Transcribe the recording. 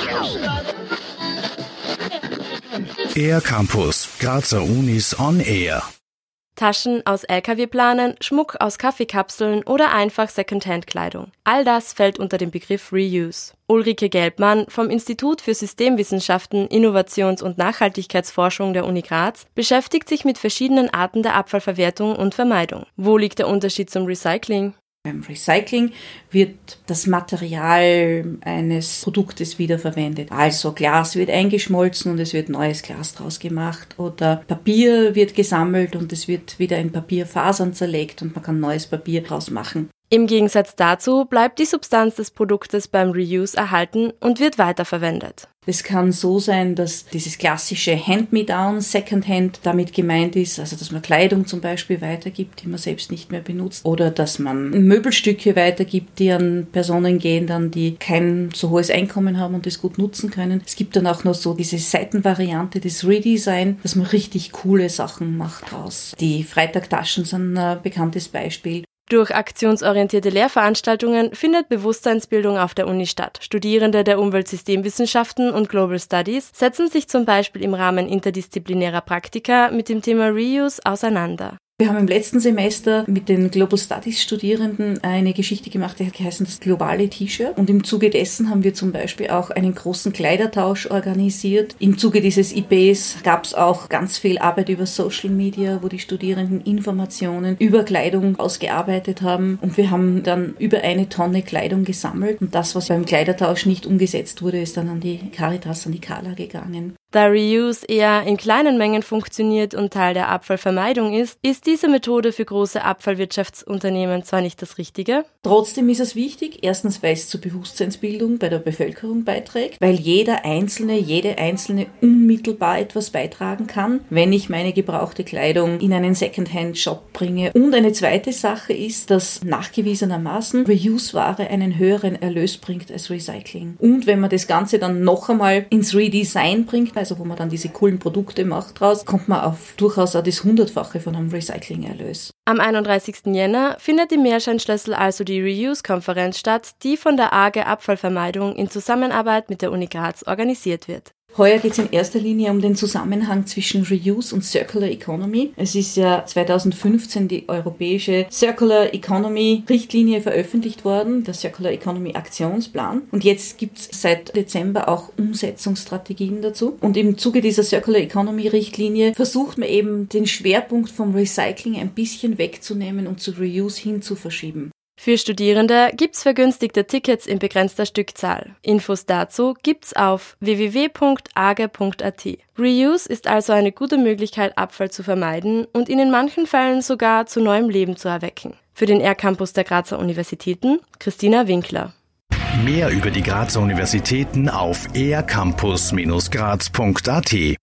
Air Campus, Grazer Unis on Air. Taschen aus LKW-Planen, Schmuck aus Kaffeekapseln oder einfach Secondhand-Kleidung. All das fällt unter den Begriff Reuse. Ulrike Gelbmann vom Institut für Systemwissenschaften, Innovations- und Nachhaltigkeitsforschung der Uni Graz beschäftigt sich mit verschiedenen Arten der Abfallverwertung und Vermeidung. Wo liegt der Unterschied zum Recycling? Beim Recycling wird das Material eines Produktes wiederverwendet. Also Glas wird eingeschmolzen und es wird neues Glas draus gemacht. Oder Papier wird gesammelt und es wird wieder in Papierfasern zerlegt und man kann neues Papier draus machen. Im Gegensatz dazu bleibt die Substanz des Produktes beim Reuse erhalten und wird weiterverwendet. Es kann so sein, dass dieses klassische Hand-me-down, Second-Hand damit gemeint ist, also dass man Kleidung zum Beispiel weitergibt, die man selbst nicht mehr benutzt, oder dass man Möbelstücke weitergibt, die an Personen gehen, dann die kein so hohes Einkommen haben und das gut nutzen können. Es gibt dann auch noch so diese Seitenvariante des Redesign, dass man richtig coole Sachen macht draus. Die Freitagtaschen sind ein bekanntes Beispiel. Durch aktionsorientierte Lehrveranstaltungen findet Bewusstseinsbildung auf der Uni statt. Studierende der Umweltsystemwissenschaften und Global Studies setzen sich zum Beispiel im Rahmen interdisziplinärer Praktika mit dem Thema Reuse auseinander. Wir haben im letzten Semester mit den Global Studies Studierenden eine Geschichte gemacht, die hat geheißen das globale T-Shirt. Und im Zuge dessen haben wir zum Beispiel auch einen großen Kleidertausch organisiert. Im Zuge dieses IPs gab es auch ganz viel Arbeit über Social Media, wo die Studierenden Informationen über Kleidung ausgearbeitet haben. Und wir haben dann über 1 Tonne Kleidung gesammelt. Und das, was beim Kleidertausch nicht umgesetzt wurde, ist dann an die Caritas, an die Kala gegangen. Da Reuse eher in kleinen Mengen funktioniert und Teil der Abfallvermeidung ist diese Methode für große Abfallwirtschaftsunternehmen zwar nicht das Richtige. Trotzdem ist es wichtig, erstens, weil es zur Bewusstseinsbildung bei der Bevölkerung beiträgt, weil jede Einzelne unmittelbar etwas beitragen kann, wenn ich meine gebrauchte Kleidung in einen Secondhand-Shop bringe. Und eine zweite Sache ist, dass nachgewiesenermaßen Reuse-Ware einen höheren Erlös bringt als Recycling. Und wenn man das Ganze dann noch einmal ins Redesign bringt, also wo man dann diese coolen Produkte macht draus, kommt man auf durchaus auch das 100-fache von einem Recycling-Erlös. Am 31. Jänner findet im Meerscheinschlössl also die Reuse-Konferenz statt, die von der AG Abfallvermeidung in Zusammenarbeit mit der Uni Graz organisiert wird. Heuer geht es in erster Linie um den Zusammenhang zwischen Reuse und Circular Economy. Es ist ja 2015 die europäische Circular Economy Richtlinie veröffentlicht worden, der Circular Economy Aktionsplan. Und jetzt gibt es seit Dezember auch Umsetzungsstrategien dazu. Und im Zuge dieser Circular Economy Richtlinie versucht man eben den Schwerpunkt vom Recycling ein bisschen wegzunehmen und zu Reuse hin zu verschieben. Für Studierende gibt's vergünstigte Tickets in begrenzter Stückzahl. Infos dazu gibt's auf www.age.at. Reuse ist also eine gute Möglichkeit, Abfall zu vermeiden und ihn in manchen Fällen sogar zu neuem Leben zu erwecken. Für den Air Campus der Grazer Universitäten, Christina Winkler. Mehr über die Grazer Universitäten auf aircampus-graz.at.